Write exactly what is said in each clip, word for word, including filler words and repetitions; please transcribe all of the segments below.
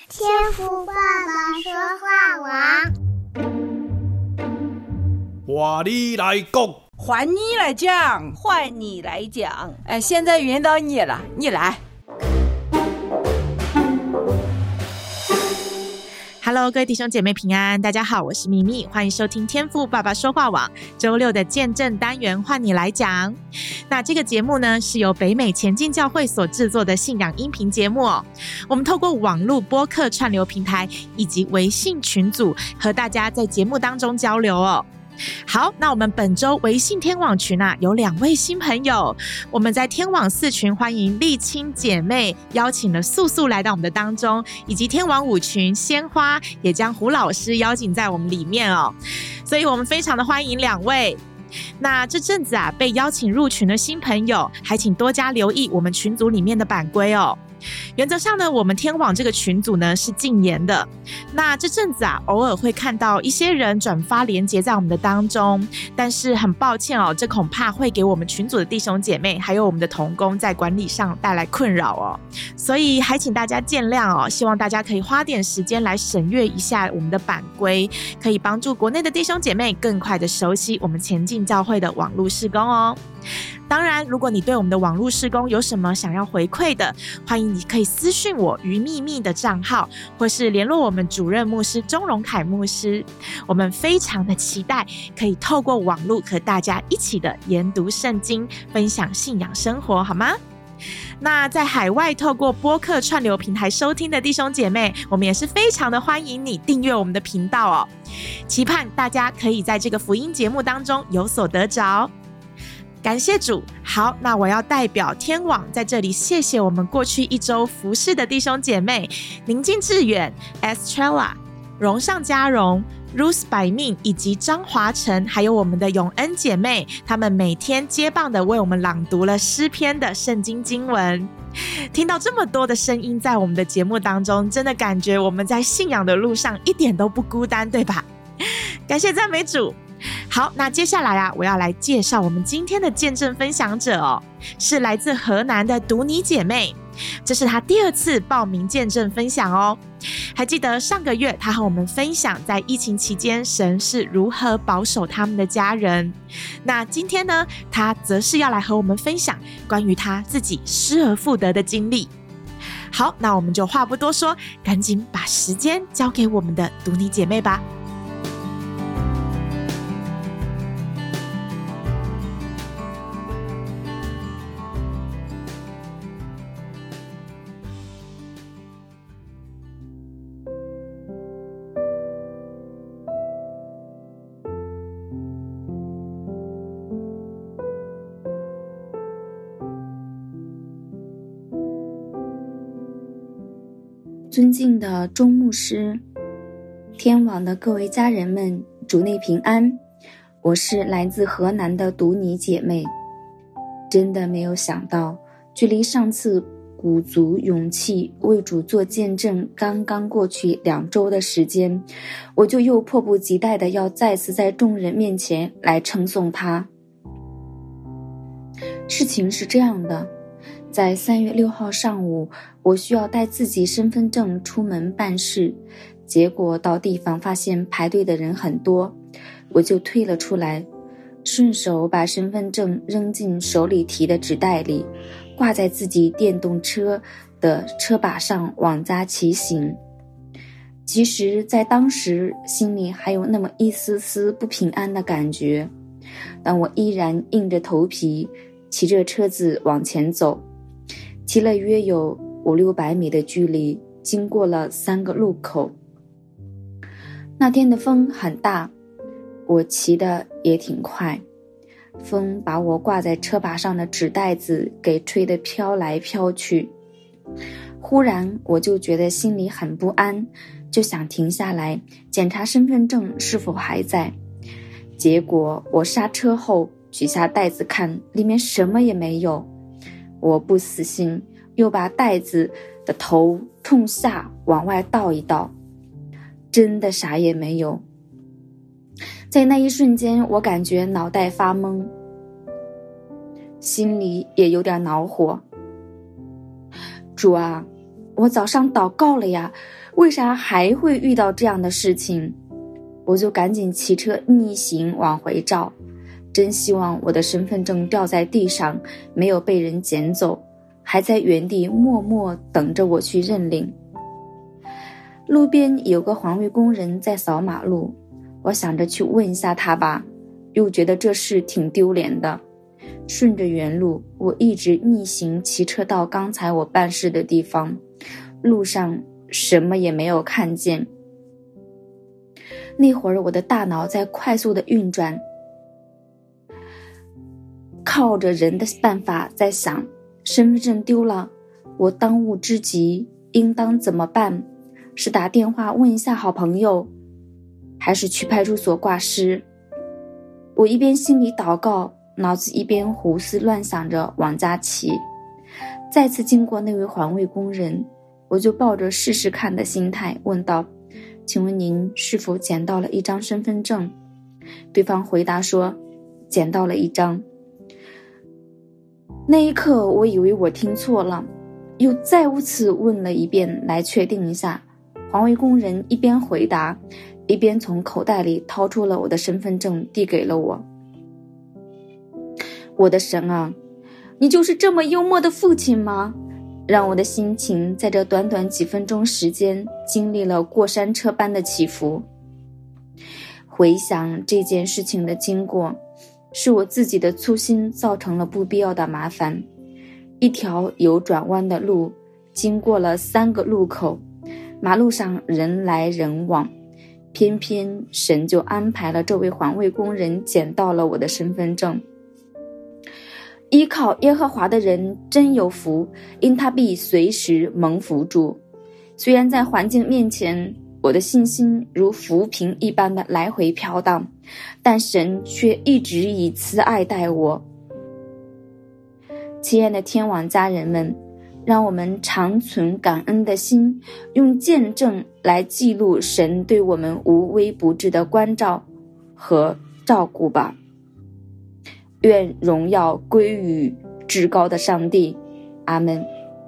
天父爸爸说话王，话你来讲， 换你来讲，换你来讲。 哎，现在轮到你了，你来。 Hello， 各位弟兄姐妹平安，大家好，我是咪咪，欢迎收听天父爸爸说话网周六的见证单元，换你来讲。那这个节目呢，是由北美前进教会所制作的信仰音频节目哦。我们透过网络播客串流平台以及微信群组，和大家在节目当中交流哦。好，那我们本周微信天网群啊，有两位新朋友。我们在天网四群欢迎丽青姐妹，邀请了素素来到我们的当中，以及天网五群鲜花也将胡老师邀请在我们里面哦，所以我们非常的欢迎两位。那这阵子啊，被邀请入群的新朋友，还请多加留意我们群组里面的版规哦。原则上呢，我们天网这个群组呢是禁言的。那这阵子啊，偶尔会看到一些人转发连结在我们的当中，但是很抱歉哦，这恐怕会给我们群组的弟兄姐妹还有我们的同工在管理上带来困扰哦，所以还请大家见谅哦。希望大家可以花点时间来审阅一下我们的版规，可以帮助国内的弟兄姐妹更快的熟悉我们前进教会的网络事工哦。当然，如果你对我们的网络事工有什么想要回馈的，欢迎你可以私讯我于秘密的账号，或是联络我们主任牧师钟荣凯牧师。我们非常的期待可以透过网络和大家一起的研读圣经，分享信仰生活，好吗？那在海外透过播客串流平台收听的弟兄姐妹，我们也是非常的欢迎你订阅我们的频道哦，期盼大家可以在这个福音节目当中有所得着。感谢主。好，那我要代表天网在这里谢谢我们过去一周服侍的弟兄姐妹宁静致远、 Estrella、 荣上加荣、 Ruth 百命以及张华成，还有我们的永恩姐妹，他们每天接棒的为我们朗读了诗篇的圣经经文。听到这么多的声音在我们的节目当中，真的感觉我们在信仰的路上一点都不孤单，对吧？感谢赞美主。好，那接下来啊，我要来介绍我们今天的见证分享者哦，是来自河南的独尼姐妹，这是她第二次报名见证分享哦。还记得上个月她和我们分享在疫情期间神是如何保守他们的家人，那今天呢，她则是要来和我们分享关于她自己失而复得的经历。好，那我们就话不多说，赶紧把时间交给我们的独尼姐妹吧。 尊敬的钟牧师，天网的各位家人们，主内平安。我是来自河南的独尼姐妹。真的没有想到，距离上次鼓足勇气为主做见证刚刚过去两周的时间，我就又迫不及待地要再次在众人面前来称颂他。事情是这样的，在三月六号上午，我需要带自己身份证出门办事，结果到地方发现排队的人很多，我就退了出来，顺手把身份证扔进手里提的纸袋里，挂在自己电动车的车把上往家骑行。其实在当时心里还有那么一丝丝不平安的感觉，但我依然硬着头皮骑着车子往前走，骑了约有五六百米的距离，经过了三个路口。那天的风很大，我骑得也挺快，风把我挂在车把上的纸袋子给吹得飘来飘去。忽然我就觉得心里很不安，就想停下来检查身份证是否还在。结果我刹车后取下袋子看，里面什么也没有。我不死心，又把袋子的头冲下往外倒一倒，真的啥也没有。在那一瞬间，我感觉脑袋发懵，心里也有点恼火。主啊， 我早上祷告了呀，为啥还会遇到这样的事情？我就赶紧骑车逆行往回找，真希望我的身份证掉在地上，没有被人捡走，还在原地默默等着我去认领。路边有个环卫工人在扫马路，我想着去问一下他吧，又觉得这事挺丢脸的。顺着原路，我一直逆行骑车到刚才我办事的地方，路上什么也没有看见。那会儿我的大脑在快速的运转，靠着人的办法在想，身份证丢了，我当务之急应当怎么办？是打电话问一下好朋友，还是去派出所挂失？我一边心里祷告，脑子一边胡思乱想着往家骑。再次经过那位环卫工人，我就抱着试试看的心态问道，请问您是否捡到了一张身份证？对方回答说，捡到了一张。那一刻我以为我听错了，又再无次问了一遍来确定一下。环卫工人一边回答，一边从口袋里掏出了我的身份证递给了我。我的神啊，你就是这么幽默的父亲吗？让我的心情在这短短几分钟时间经历了过山车般的起伏。回想这件事情的经过，是我自己的粗心造成了不必要的麻烦。一条有转弯的路，经过了三个路口，马路上人来人往，偏偏神就安排了这位环卫工人捡到了我的身份证。依靠耶和华的人真有福，因他必随时蒙福助。虽然在环境面前，我的信心如浮萍一般的来回飘荡，但神却一直以慈爱待我。亲爱的天网家人们，让我们常存感恩的心，用见证来记录神对我们无微不至的关照和照顾吧。愿荣耀归于至高的上帝，阿们。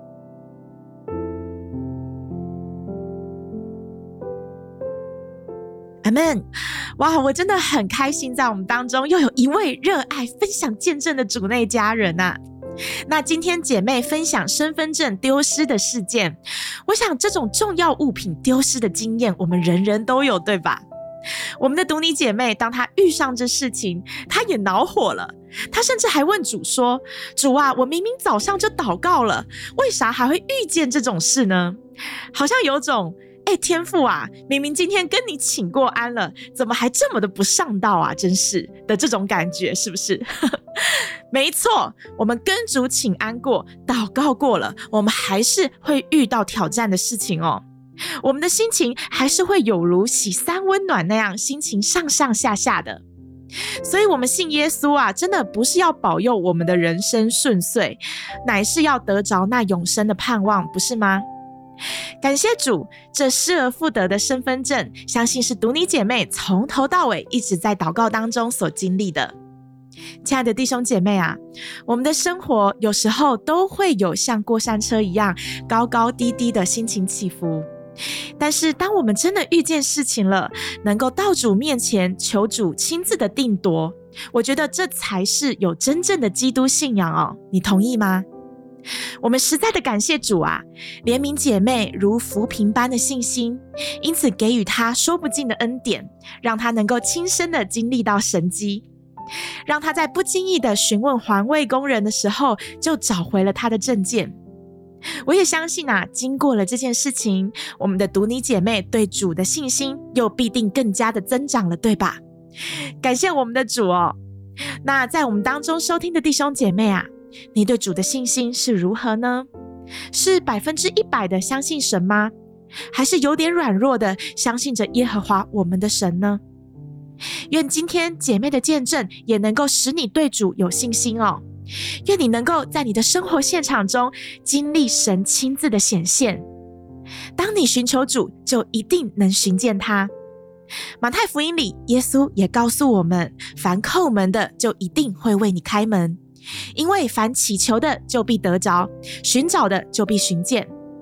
阿们。哇，我真的很开心，在我们当中又有一位热爱分享见证的主内家人啊。那今天姐妹分享身份证丢失的事件，我想这种重要物品丢失的经验我们人人都有，对吧？我们的读你姐妹当她遇上这事情，她也恼火了，她甚至还问主说，主啊，我明明早上就祷告了，为啥还会遇见这种事呢？好像有种哎，天父啊，明明今天跟你请过安了，怎么还这么的不上道啊，真是的这种感觉，是不是？没错，我们跟主请安过，祷告过了，我们还是会遇到挑战的事情哦。我们的心情还是会有如洗三温暖那样，心情上上下下的。所以我们信耶稣啊，真的不是要保佑我们的人生顺遂，乃是要得着那永生的盼望，不是吗？感谢主，这失而复得的身份证，相信是读你姐妹从头到尾一直在祷告当中所经历的。亲爱的弟兄姐妹啊，我们的生活有时候都会有像过山车一样高高低低的心情起伏，但是当我们真的遇见事情了，能够到主面前求主亲自的定夺，我觉得这才是有真正的基督信仰哦，你同意吗？我们实在的感谢主啊，怜悯姐妹如浮萍般的信心，因此给予她说不尽的恩典，让她能够亲身的经历到神迹，让她在不经意的询问环卫工人的时候，就找回了她的证件。我也相信啊，经过了这件事情，我们的读你姐妹对主的信心又必定更加的增长了，对吧？感谢我们的主哦。那在我们当中收听的弟兄姐妹啊，你对主的信心是如何呢？是百分之一百的相信神吗？还是有点软弱的相信着耶和华我们的神呢？愿今天姐妹的见证也能够使你对主有信心哦。愿你能够在你的生活现场中经历神亲自的显现。当你寻求主，就一定能寻见他。马太福音里，耶稣也告诉我们，凡叩门的就一定会为你开门，因为凡祈求的就必得着，寻找的就必寻见。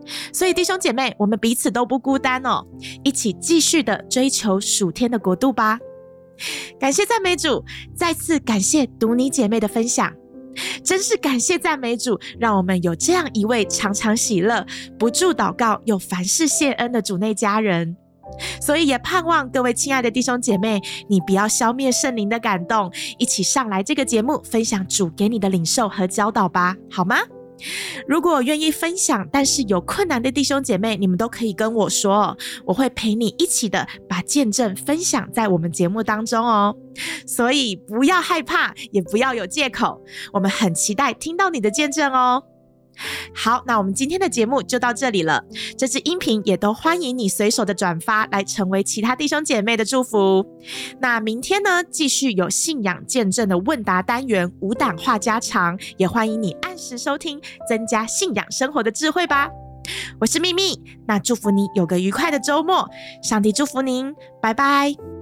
所以弟兄姐妹，我们彼此都不孤单哦，一起继续的追求属天的国度吧。感谢赞美主，再次感谢读你姐妹的分享，真是感谢赞美主，让我们有这样一位常常喜乐、不住祷告又凡事谢恩的主内家人。所以也盼望各位亲爱的弟兄姐妹，你不要消灭圣灵的感动，一起上来这个节目分享主给你的领受和教导吧，好吗？如果愿意分享但是有困难的弟兄姐妹，你们都可以跟我说，我会陪你一起的把见证分享在我们节目当中哦。所以不要害怕，也不要有借口，我们很期待听到你的见证哦。好，那我们今天的节目就到这里了，这支音频也都欢迎你随手的转发，来成为其他弟兄姐妹的祝福。那明天呢，继续有信仰见证的问答单元，无党话家常，也欢迎你按时收听，增加信仰生活的智慧吧。我是秘密，那祝福你有个愉快的周末，上帝祝福您，拜拜。